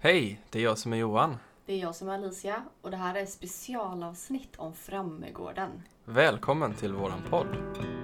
Hej, det är jag som är Johan. Det är jag som är Alicia och det här är ett specialavsnitt om Frammegården. Välkommen till våran podd.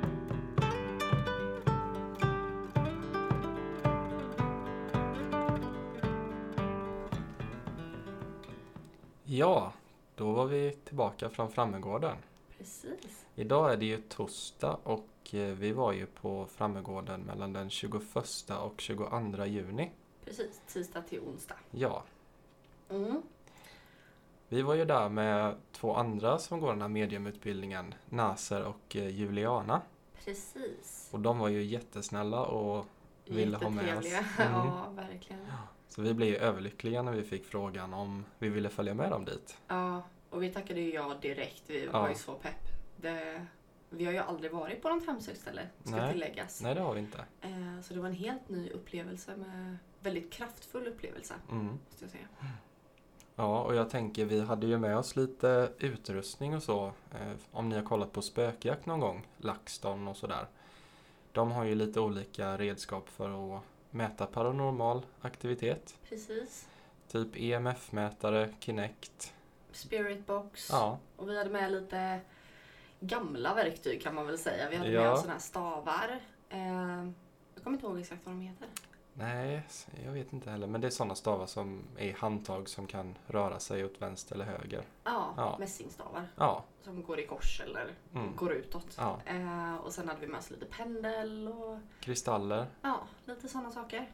Ja, då var vi tillbaka från Frammegården. Precis. Idag är det ju torsdag och vi var ju på Frammegården mellan den 21 och 22 juni. Precis, tisdag till onsdag. Ja, Mm. vi var ju där med två andra som går den här mediumutbildningen, Nasser och Juliana. Precis. Och de var ju jättesnälla och ville ha med oss. Jättetrevliga. Ja, verkligen. Så vi blev ju överlyckliga när vi fick frågan om vi ville följa med dem dit. Ja, och vi tackade ju ja direkt. Vi var ju så pepp. Vi har ju aldrig varit på något hemsöksställe, ska tilläggas. Nej, det har vi inte. Så det var en helt ny upplevelse med väldigt kraftfull upplevelse, måste jag säga. Ja, och jag tänker vi hade ju med oss lite utrustning och så. Om ni har kollat på Spökjakt någon gång, LaxTon och sådär. De har ju lite olika redskap för att mäta paranormal aktivitet. Precis. Typ EMF-mätare, Kinect. Spiritbox. Ja. Och vi hade med lite gamla verktyg kan man väl säga. Vi hade Ja. med oss sådana här stavar. Jag kommer inte ihåg exakt vad de heter. Nej, jag vet inte heller. Men det är sådana stavar som är handtag som kan röra sig åt vänster eller höger. Ja. Mässingstavar. Ja. Som går i kors eller går utåt. Ja. Och sen hade vi med oss lite pendel och Kristaller. ja, lite sådana saker.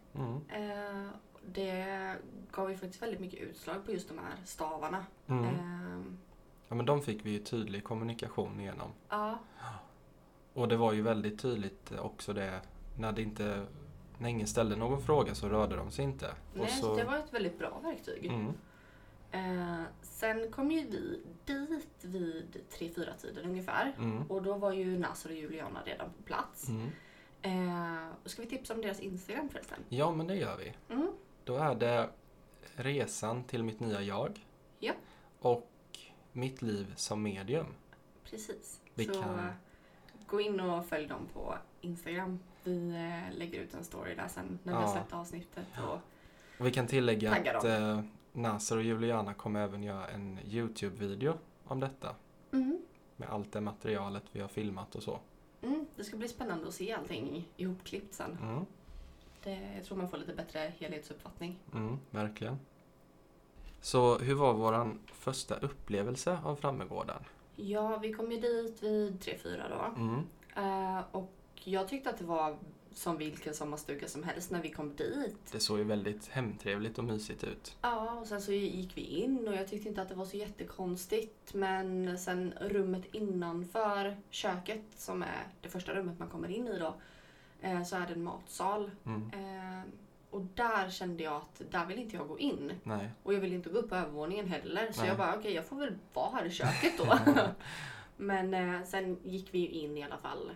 Det gav ju faktiskt väldigt mycket utslag på just de här stavarna. Ja, men de fick vi ju tydlig kommunikation igenom. Ja. Och det var ju väldigt tydligt också det, när ingen ställde någon fråga så rörde de sig inte. Nej, och så det var ett väldigt bra verktyg. Sen kom ju vi dit vid 3-4 tiden ungefär. Och då var ju Nasser och Juliana redan på plats. Ska vi tipsa om deras Instagram förresten? Ja, men det gör vi. Då är det resan till mitt nya jag. Ja. Och mitt liv som medium. Precis. Så gå in och följ dem på Instagram. Vi lägger ut en story där sen när vi har släppt avsnittet. Och vi kan tillägga att Nasser och Juliana kommer även göra en YouTube-video om detta. Med allt det materialet vi har filmat och så. Det ska bli spännande att se allting ihopklippt sen. Jag tror man får lite bättre helhetsuppfattning. Verkligen. Så hur var våran första upplevelse av Frammegården? Ja, vi kom ju dit vid 3-4 då. Och jag tyckte att det var som vilken sommarstuga som helst när vi kom dit. Det såg ju väldigt hemtrevligt och mysigt ut. Ja, och sen så gick vi in och jag tyckte inte att det var så jättekonstigt. Men sen rummet innanför köket, som är det första rummet man kommer in i då, så är det en matsal. Och där kände jag att där vill inte jag gå in. Nej. Och jag vill inte gå upp på övervåningen heller. Så jag bara, okej, jag får väl vara här i köket då. Men sen gick vi ju in i alla fall.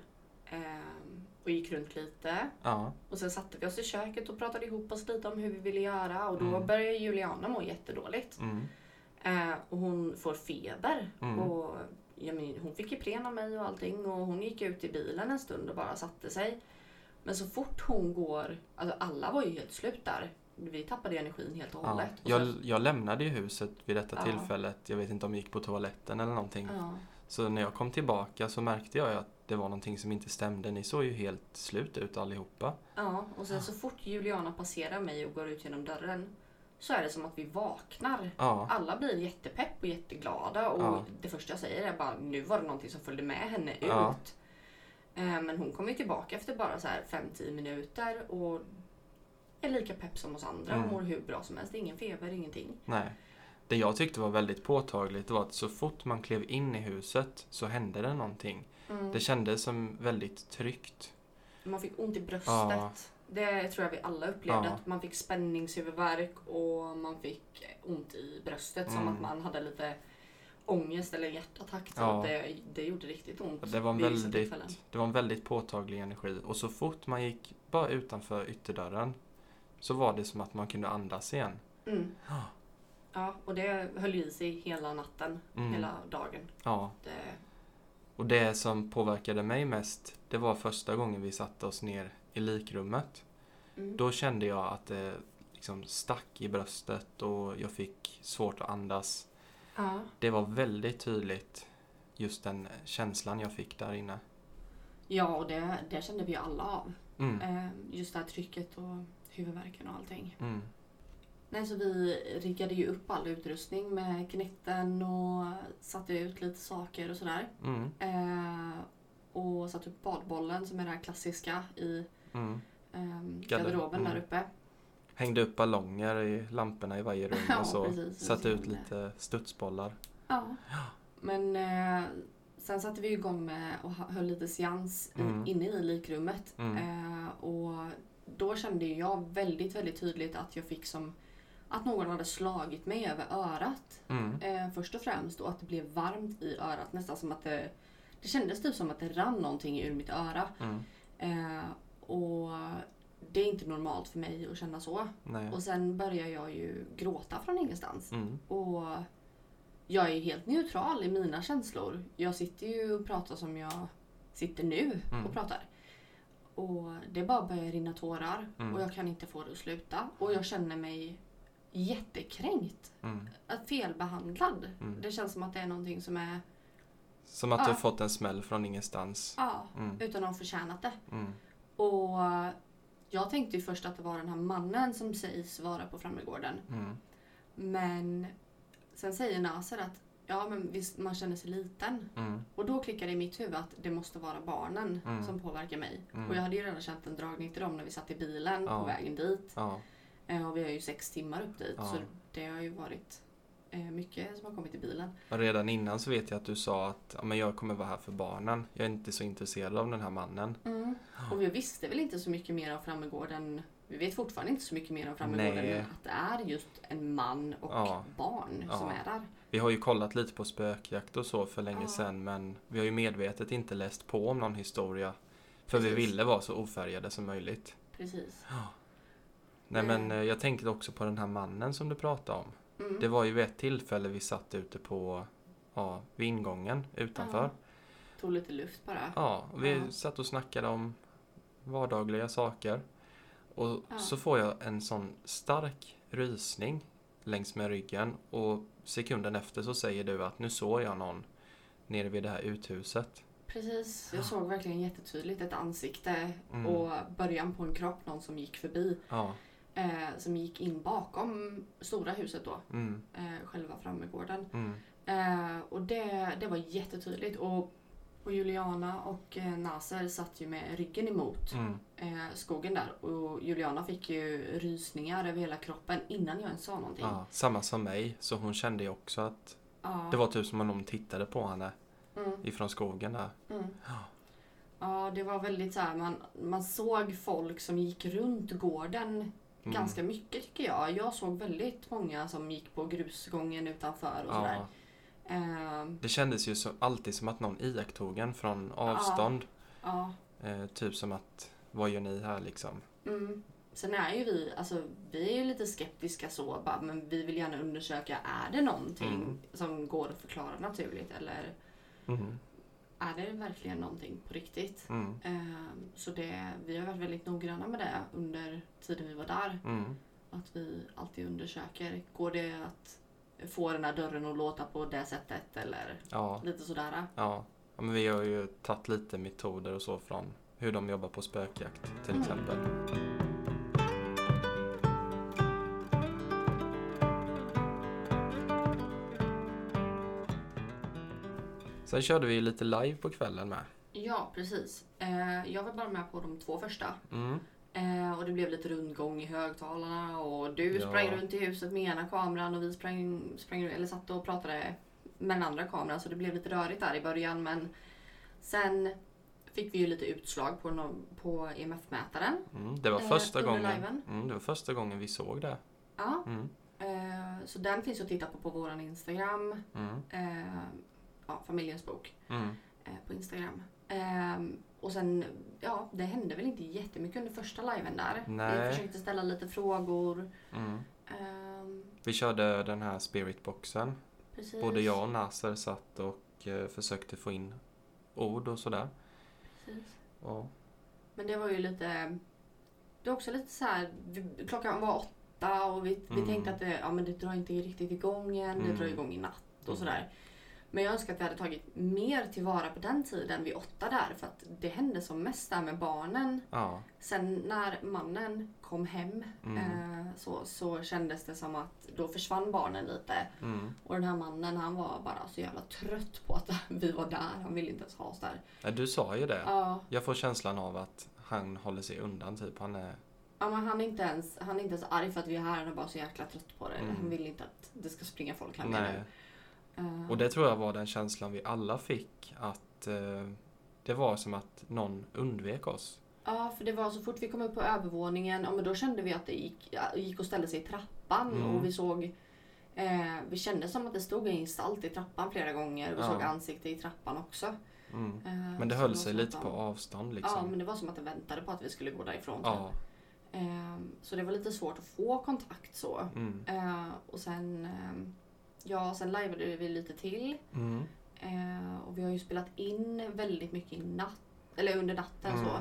Och gick runt lite. Ja. Och sen satte vi oss i köket och pratade ihop oss lite om hur vi ville göra. Och då började Juliana må jättedåligt. Och hon får feber. Och hon fick Ipren av mig och allting. Och hon gick ut i bilen en stund och bara satte sig. Men så fort hon går, alltså alla var ju helt slut där. Vi tappade energin helt och hållet. Jag lämnade ju huset vid detta tillfället. Jag vet inte om jag gick på toaletten eller någonting. Så när jag kom tillbaka så märkte jag att det var någonting som inte stämde. Ni såg ju helt slut ut allihopa. Ja, och sen så fort Juliana passerar mig och går ut genom dörren så är det som att vi vaknar. Alla blir jättepepp och jätteglada. Och det första jag säger är bara, nu var det någonting som följde med henne ut. Men hon kommer ju tillbaka efter bara så här 5-10 minuter och är lika pepp som oss andra och mår hur bra som helst. Ingen feber, ingenting. Nej. Det jag tyckte var väldigt påtagligt var att så fort man klev in i huset så hände det någonting. Det kändes som väldigt tryggt. Man fick ont i bröstet. Det tror jag vi alla upplevde. Att man fick spänningshuvudvärk och man fick ont i bröstet. Som att man hade lite ångest eller hjärtattack. Så det gjorde riktigt ont. Det var en väldigt påtaglig energi. Och så fort man gick bara utanför ytterdörren så var det som att man kunde andas igen. Ja, och det höll i sig hela natten, hela dagen. Ja. Och det som påverkade mig mest, det var första gången vi satte oss ner i likrummet. Då kände jag att det liksom stack i bröstet och jag fick svårt att andas. Ja. Det var väldigt tydligt, just den känslan jag fick där inne. Ja, och det kände vi alla av. Mm. Just det här trycket och huvudvärken och allting. Mm. Nej, så vi riggade ju upp all utrustning med knätten och satte ut lite saker och sådär. Och satte upp badbollen som är det här klassiska i garderoben där uppe. Hängde upp ballonger i lamporna i varje rum och så. Precis, satte ut lite studsbollar. Ja. Men sen satte vi igång med och höll lite seans inne i likrummet. Och då kände jag väldigt, väldigt tydligt att jag fick som att någon hade slagit mig över örat. Först och främst, och att det blev varmt i örat. Nästan som att det kändes typ som att det rann någonting ur mitt öra. Och det är inte normalt för mig att känna så. Nej. Och sen börjar jag ju gråta från ingenstans. Och jag är helt neutral i mina känslor. Jag sitter ju och pratar som jag sitter nu och pratar. Och det bara börjar rinna tårar. Och jag kan inte få det att sluta. Och jag känner mig jättekränkt. Felbehandlad. Det känns som att det är någonting som är... Som att du har fått en smäll från ingenstans. Ja, utan att ha förtjänat det. Och jag tänkte ju först att det var den här mannen som sägs vara på Frammegården. Men sen säger Nasser att ja, men visst, man känner sig liten. Och då klickar det i mitt huvud att det måste vara barnen som påverkar mig. Och jag hade ju redan känt en dragning till dem när vi satt i bilen på vägen dit. Och vi har ju 6 timmar upp dit. Så det har ju varit mycket som har kommit i bilen. Och redan innan så vet jag att du sa att ja, men jag kommer vara här för barnen. Jag är inte så intresserad av den här mannen. Och vi visste väl inte så mycket mer av Frammegården. Vi vet fortfarande inte så mycket mer om Frammegården än att det är just en man och barn som är där. Vi har ju kollat lite på spökjakt och så för länge sedan, men vi har ju medvetet inte läst på om någon historia. För vi ville vara så ofärgade som möjligt. Precis. Nej, men jag tänkte också på den här mannen som du pratade om. Det var ju vid ett tillfälle vi satt ute på vid ingången utanför. Tog lite luft bara. Ja, vi satt och snackade om vardagliga saker. Och så får jag en sån stark rysning längs med ryggen. Och sekunden efter så säger du att nu såg jag någon nere vid det här uthuset. Precis, jag såg verkligen jättetydligt ett ansikte och början på en kropp, någon som gick förbi. Som gick in bakom stora huset då. Själva Frammegården. Och det var jättetydligt. Och Juliana och Nasser satt ju med ryggen emot skogen där. Och Juliana fick ju rysningar över hela kroppen innan jag ens sa någonting. Samma som mig. Så hon kände ju också att det var typ som om någon tittade på henne ifrån skogen där. Ja, det var väldigt så här. Man såg folk som gick runt gården ganska mycket tycker jag. Jag såg väldigt många som gick på grusgången utanför och sådär. Det kändes ju alltid som att någon iakttog en från avstånd. Typ som att, vad gör ni här liksom? Sen är ju vi är ju lite skeptiska så, bara, men vi vill gärna undersöka, är det någonting som går att förklara naturligt eller är det verkligen någonting på riktigt? Så vi har varit väldigt noggranna med det under tiden vi var där. Att vi alltid undersöker, går det att få den här dörren att låta på det sättet eller lite sådär. Ja, men vi har ju tagit lite metoder och så från hur de jobbar på spökjakt till exempel. Sen körde vi lite live på kvällen med. Ja, precis. Jag var bara med på de 2 första. Och det blev lite rundgång i högtalarna och du sprang runt i huset med ena kameran och vi satt och pratade med den andra kameran, så det blev lite rörigt där i början, men sen fick vi ju lite utslag på EMF-mätaren. Det var första gången vi såg det. Ja. Så den finns att titta på våran Instagram. Familjens bok på Instagram. Och sen, det hände väl inte jättemycket under första liven där. Nej. Vi försökte ställa lite frågor. Vi körde den här spiritboxen. Precis. Både jag och Nasser satt och försökte få in ord och sådär. Precis. Ja. Men det var ju lite... Det var också lite så här... Klockan var 8 och vi tänkte att det drar inte riktigt igång än, det drar igång i natt och sådär. Men jag önskar att vi hade tagit mer tillvara på den tiden vid 8 där, för att det hände som mest där med barnen. Ja. Sen när mannen kom hem så kändes det som att då försvann barnen lite. Och den här mannen, han var bara så jävla trött på att vi var där. Han ville inte ens ha oss där. Ja, du sa ju det. Ja. Jag får känslan av att han håller sig undan typ. Han är... Ja, men han är inte ens arg för att vi är här. Han är bara så jäkla trött på det. Han vill inte att det ska springa folk här med nu. Och det tror jag var den känslan vi alla fick, att det var som att någon undvek oss. Ja, för det var så fort vi kom upp på övervåningen, men då kände vi att det gick och ställde sig i trappan och vi såg, vi kände som att det stod en gestalt i trappan flera gånger. Vi såg ansikte i trappan också. Men det höll sig lite på avstånd liksom. Ja, men det var som att det väntade på att vi skulle gå därifrån. Ja. Så det var lite svårt att få kontakt så. Och sen... sen livade vi lite till. Och vi har ju spelat in väldigt mycket under natten så.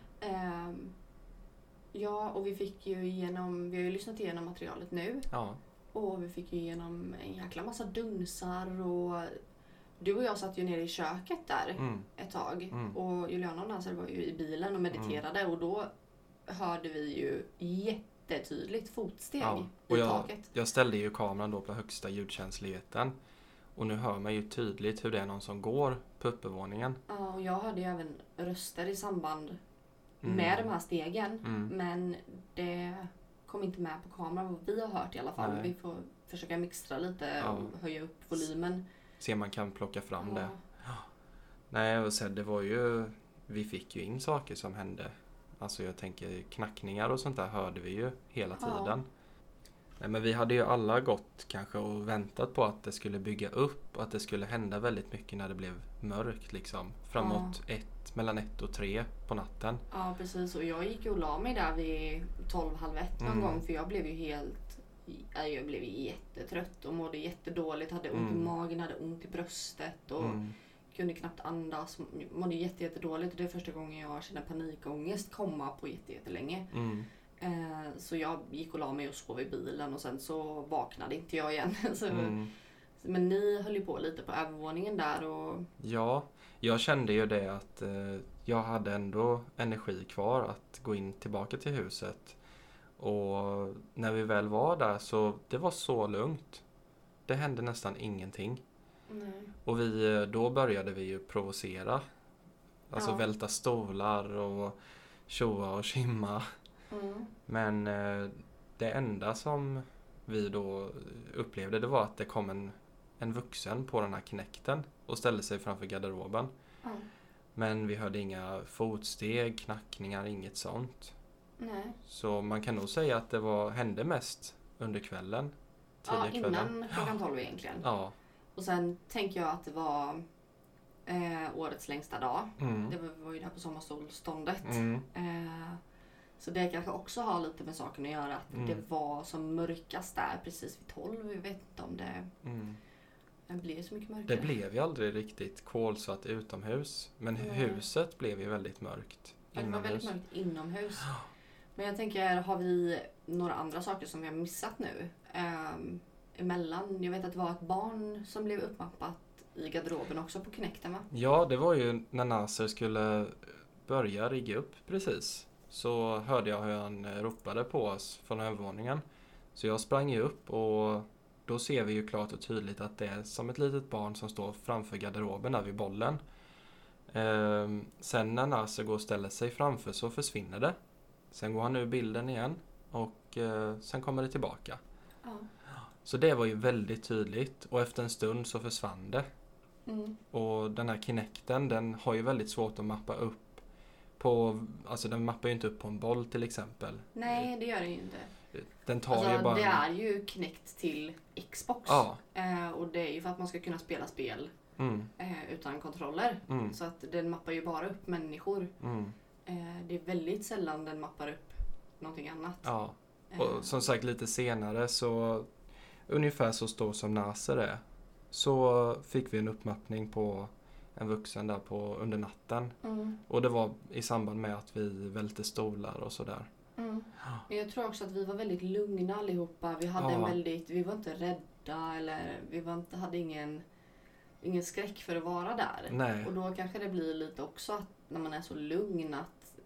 Och vi fick ju vi har ju lyssnat igenom materialet nu. Ja. Och vi fick ju igenom en jäkla massa dunsar och du och jag satt ju nere i köket där ett tag. Och Juliana och Nasser var ju i bilen och mediterade och då hörde vi ju jättetydligt fotsteg i taket. Jag ställde ju kameran då på högsta ljudkänsligheten. Och nu hör man ju tydligt hur det är någon som går på uppvåningen. Ja, och jag hörde ju även röster i samband med de här stegen. Men det kom inte med på kameran vad vi har hört i alla fall. Nej. Vi får försöka mixtra lite och höja upp volymen. Se om man kan plocka fram det. Nej, och sen det var ju... Vi fick ju in saker som hände. Alltså jag tänker knackningar och sånt där hörde vi ju hela tiden. Nej, men vi hade ju alla gått kanske och väntat på att det skulle bygga upp och att det skulle hända väldigt mycket när det blev mörkt liksom. Framåt mellan 1 och 3 på natten. Ja, precis. Och jag gick ju och la mig där vid 12:30 någon gång för jag blev ju jag blev jättetrött och mådde jättedåligt, hade ont i magen, hade ont i bröstet och kunde knappt andas, mådde jättedåligt och det är första gången jag känner panikångest komma på jättelänge. Så jag gick och la mig och sov i bilen och sen så vaknade inte jag igen. Men ni höll ju på lite på övervåningen där och... Ja, jag kände ju det att jag hade ändå energi kvar att gå in tillbaka till huset. Och när vi väl var där så det var så lugnt. Det hände nästan ingenting. Nej. Och då började vi ju provocera. Alltså välta stolar och tjoa och kimma. Men det enda som vi då upplevde det var att det kom en vuxen på den här knäkten och ställde sig framför garderoben. Men vi hörde inga fotsteg, knackningar, inget sånt. Nej. Så man kan nog säga att det hände mest under kvällen. Ja, innan klockan 12 egentligen. Ja. Och sen tänker jag att det var årets längsta dag. Det var ju där på sommarsolståndet. Så det kanske också har lite med saken att göra. Att det var som mörkast där precis vid 12. Jag vet inte om det blev så mycket mörkare. Det blev ju aldrig riktigt kolsvart utomhus. Men huset blev ju väldigt mörkt. Ja, det var väldigt mörkt inomhus. Men jag tänker, har vi några andra saker som vi har missat nu? Emellan. Jag vet att det var ett barn som blev uppmappat i garderoben också på knäkten, va? Ja, det var ju när Nasser skulle börja rigga upp precis. Så hörde jag hur han ropade på oss från övervåningen. Så jag sprang ju upp och då ser vi ju klart och tydligt att det är som ett litet barn som står framför garderoben där vid bollen. Sen när Nasser går och ställer sig framför så försvinner det. Sen går han ur bilden igen och sen kommer det tillbaka. Så det var ju väldigt tydligt och efter en stund så försvann det. Och den här kinekten, den har ju väldigt svårt att mappa upp på, alltså den mappar ju inte upp på en boll till exempel. Nej, det gör det ju inte. Den tar ju bara... Det är ju Kinect till Xbox. Ja. Och det är ju för att man ska kunna spela spel utan kontroller. Så att den mappar ju bara upp människor. Det är väldigt sällan den mappar upp någonting annat. Ja, och som sagt lite senare så ungefär så stor som Nasser är så fick vi en uppmappning på en vuxen där under natten. Och det var i samband med att vi välte stolar och sådär. Men jag tror också att vi var väldigt lugna allihopa. Vi hade vi var inte rädda eller hade ingen skräck för att vara där. Nej. Och då kanske det blir lite också att när man är så lugn att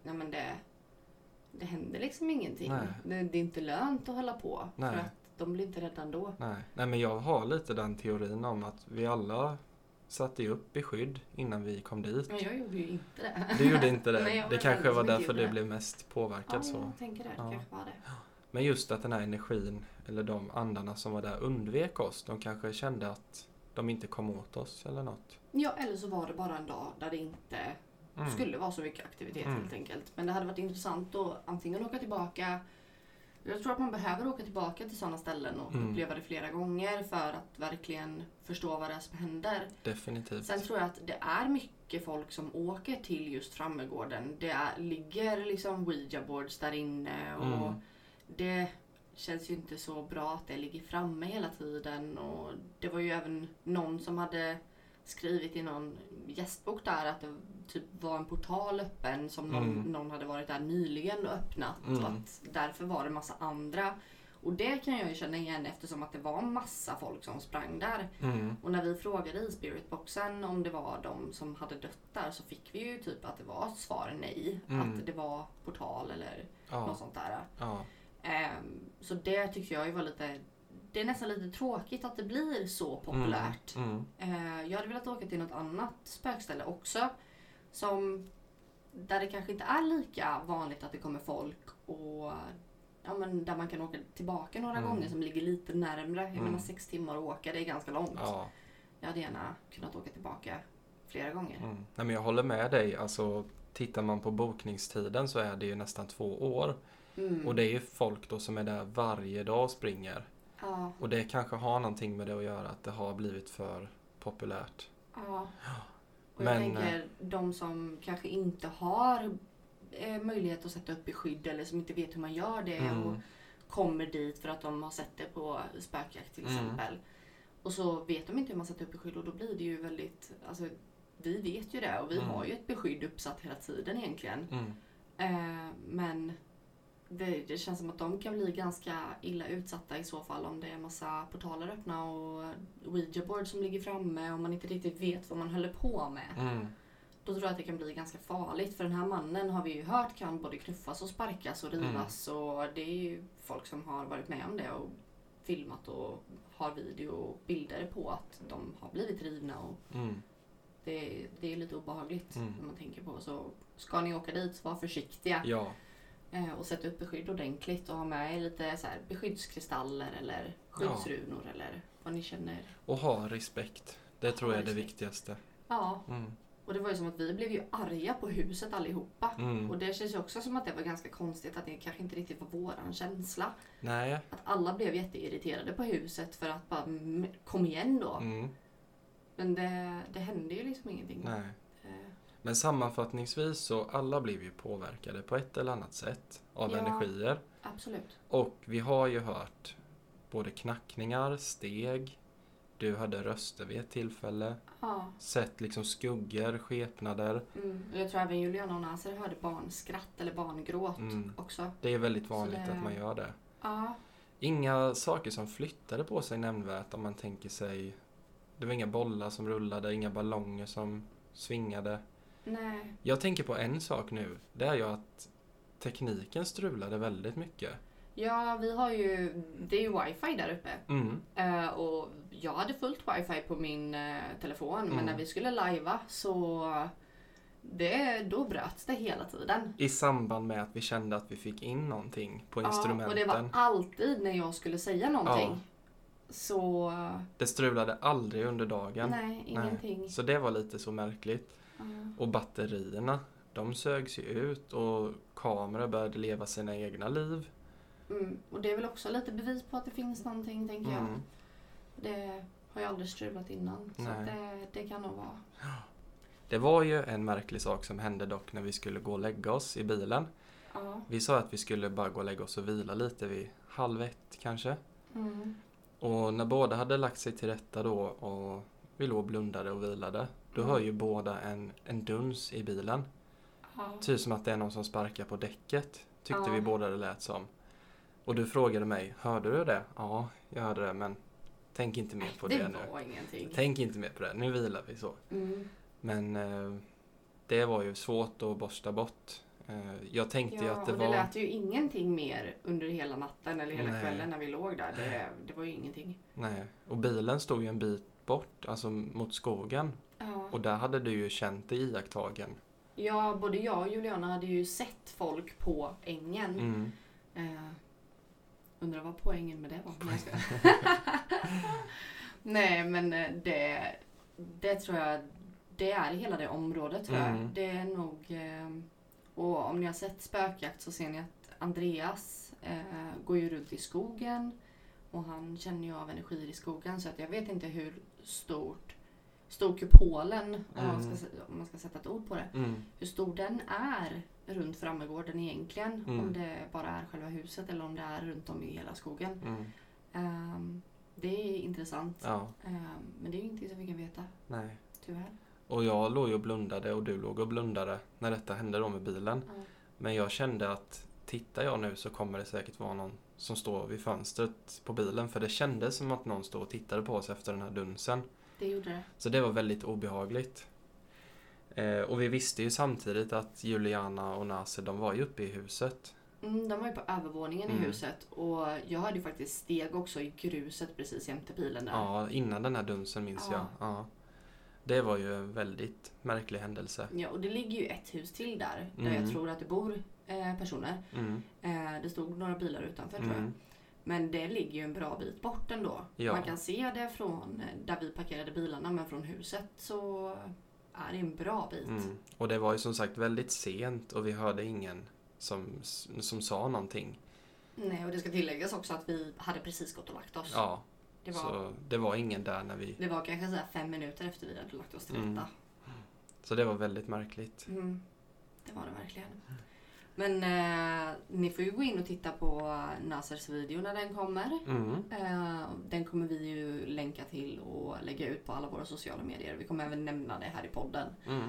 det händer liksom ingenting. Det är inte lönt att hålla på. Nej. För att de blir inte rädda ändå. Nej, men jag har lite den teorin om att vi alla satte upp i skydd innan vi kom dit. Men jag gjorde ju inte det. Du gjorde inte det. Nej, det kanske var därför du blev mest påverkad. Ja, så. jag tänker det. Det kanske var det. Men just att den här energin, eller de andarna som var där undvek oss. De kanske kände att de inte kom åt oss eller något. Ja, eller så var det bara en dag där det inte skulle vara så mycket aktivitet helt enkelt. Men det hade varit intressant att antingen åka tillbaka. Jag tror att man behöver åka tillbaka till sådana ställen och uppleva det flera gånger för att verkligen förstå vad det är som händer. Definitivt. Sen tror jag att det är mycket folk som åker till just Frammegården. Ligger liksom Ouija boards där inne och det känns ju inte så bra att det ligger framme hela tiden. Och det var ju även någon som hade skrivit i någon gästbok där att det typ var en portal öppen som någon hade varit där nyligen och öppnat. Och att därför var det massa andra. Och det kan jag ju känna igen eftersom att det var massa folk som sprang där. Och när vi frågade i spiritboxen om det var de som hade dött där så fick vi ju typ att det var svar nej. Att det var portal eller något sånt där. Så det tycker jag ju var lite... Det är nästan lite tråkigt att det blir så populärt. Jag hade velat åka till något annat spökställe också. Där det kanske inte är lika vanligt att det kommer folk. Och där man kan åka tillbaka några gånger som ligger lite närmre. Jag menar 6 timmar att åka, det är ganska långt. Jag hade gärna kunnat åka tillbaka flera gånger. Nej, men jag håller med dig. Alltså, tittar man på bokningstiden så är det ju nästan 2 år. Och det är ju folk då som är där varje dag och springer. Och det kanske har någonting med det att göra att det har blivit för populärt. Och jag tänker de som kanske inte har möjlighet att sätta upp i skydd eller som inte vet hur man gör det och kommer dit för att de har sett det på spökjakt till exempel. Och så vet de inte hur man sätter upp i skydd och då blir det ju väldigt... Alltså, vi vet ju det och vi har ju ett beskydd uppsatt hela tiden egentligen. Men... Det känns som att de kan bli ganska illa utsatta i så fall om det är en massa portaler öppna och Ouija board som ligger framme och man inte riktigt vet vad man håller på med. Då tror jag att det kan bli ganska farligt för den här mannen har vi ju hört kan både knuffas och sparkas och rivas och det är ju folk som har varit med om det och filmat och har video och bilder på att de har blivit rivna och det är lite obehagligt när man tänker på. Så ska ni åka dit så var försiktiga. Och sätta upp beskydd ordentligt och ha med lite så här beskyddskristaller eller skyddsrunor eller vad ni känner. Och ha respekt. Det tror jag är det viktigaste. Ja. Och det var ju som att vi blev ju arga på huset allihopa. Och det känns ju också som att det var ganska konstigt att det kanske inte riktigt var våran känsla. Nej. Att alla blev jätteirriterade på huset för att bara kom igen då. Men det hände ju liksom ingenting. Nej. Men sammanfattningsvis så alla blev ju påverkade på ett eller annat sätt av energier. Absolut. Och vi har ju hört både knackningar, steg, du hörde röster vid ett tillfälle. Sett liksom skuggor, skepnader. Jag tror även Juliana och Nasser hörde barnskratt eller barngråt också. Det är väldigt vanligt att man gör det. Inga saker som flyttade på sig nämnvärt om man tänker sig. Det var inga bollar som rullade, inga ballonger som svingade. Nej. Jag tänker på en sak nu. Det är ju att tekniken strulade väldigt mycket. Ja, det är ju wifi där uppe. Och jag hade fullt wifi på min telefon. Men när vi skulle lajva så då bröts det hela tiden. I samband med att vi kände att vi fick in någonting på instrumenten. Och det var alltid när jag skulle säga någonting. Så... Det strulade aldrig under dagen. Nej, ingenting. Så det var lite så märkligt. Och batterierna, de sögs ju ut och kameror började leva sina egna liv. Och det är väl också lite bevis på att det finns någonting, tänker jag. Det har jag aldrig strulat innan. Så det kan nog vara. Det var ju en märklig sak som hände dock när vi skulle gå och lägga oss i bilen. Vi sa att vi skulle bara gå och lägga oss och vila lite vid 12:30 kanske. Och när båda hade lagt sig till rätta då och vi låg blundade och vilade. Då hör ju båda en duns i bilen. Typ som att det är någon som sparkar på däcket. tyckte vi båda det lät som. Och du frågade mig, hörde du det? Ja, jag hörde det, men tänk inte mer på det nu. Det var ingenting. Tänk inte mer på det, nu vilar vi så. Men det var ju svårt att borsta bort. Jag tänkte ju att det var... det lät ju ingenting mer under hela natten eller hela kvällen när vi låg där. Det var ju ingenting. Nej, och bilen stod ju en bit bort, alltså mot skogen. Ja. Och där hade du ju känt dig iakttagen. Ja, både jag och Juliana hade ju sett folk på ängen. Undrar vad poängen med det var. Nej, men det tror jag, det är i hela det området tror jag. Det är nog... Och om ni har sett spökjakt så ser ni att Andreas går ju runt i skogen. Och han känner ju av energier i skogen. Så att jag vet inte hur stor kupolen, om man ska sätta ett ord på det. Hur stor den är runt Frammegården egentligen. Om det bara är själva huset eller om det är runt om i hela skogen. Det är intressant. Ja. Men det är ju ingenting som vi kan veta. Nej. Tyvärr. Och jag låg och blundade och du låg och blundade när detta hände då med bilen. Men jag kände att tittar jag nu så kommer det säkert vara någon som står vid fönstret på bilen. För det kändes som att någon stod och tittade på oss efter den här dunsen. Det gjorde det. Så det var väldigt obehagligt. Och vi visste ju samtidigt att Juliana och Nasser, de var ju uppe i huset. De var ju på övervåningen i huset. Och jag hade ju faktiskt steg också i gruset precis jämte bilen där. Ja, innan den här dunsen minns jag. Ja. Det var ju en väldigt märklig händelse. Ja, och det ligger ju ett hus till där jag tror att det bor personer. Det stod några bilar utanför tror jag. Men det ligger ju en bra bit bort ändå. Ja. Man kan se det från där vi parkerade bilarna, men från huset så är det en bra bit. Och det var ju som sagt väldigt sent och vi hörde ingen som sa någonting. Nej, och det ska tilläggas också att vi hade precis gått och lagt oss. Ja. Så det var ingen där när vi... Det var kanske så här 5 minuter efter vi hade lagt oss till rätta. Så det var väldigt märkligt. Det var det verkligen. Men ni får ju gå in och titta på Nassers video när den kommer. Den kommer vi ju länka till och lägga ut på alla våra sociala medier. Vi kommer även nämna det här i podden.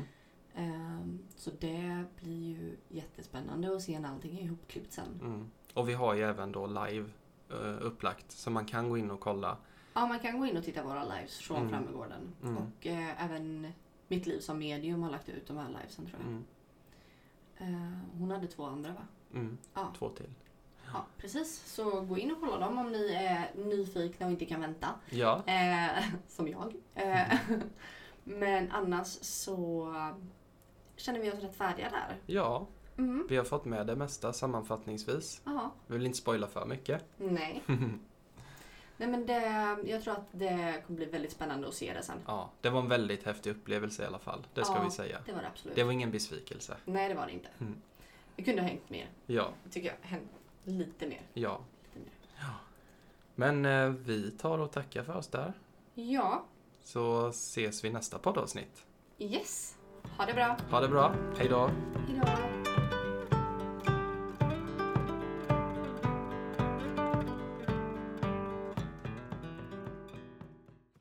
Så det blir ju jättespännande att se när allting är ihopklippt sen. Och vi har ju även då live upplagt så man kan gå in och kolla. Ja, man kan gå in och titta våra lives från Frammegården. Och även Mitt liv som medium har lagt ut de här livesen tror jag. Hon hade 2 andra va? Ja. 2 till. Ja, precis. Så gå in och kolla dem om ni är nyfikna och inte kan vänta. Ja. Som jag. Men annars så känner vi oss rätt färdiga där. Ja. Vi har fått med det mesta sammanfattningsvis. Aha. Vi vill inte spoila för mycket. Nej. Nej, men jag tror att det kommer bli väldigt spännande att se det sen. Ja, det var en väldigt häftig upplevelse i alla fall. Det ska vi säga. Det var det absolut. Det var ingen besvikelse. Nej, det var det inte. Det kunde ha hängt mer. Ja. Det tycker jag hängt lite mer. Ja. Lite mer. Ja. Men vi tar och tackar för oss där. Ja. Så ses vi nästa poddavsnitt. Yes. Ha det bra. Ha det bra. Hej då. Hej då.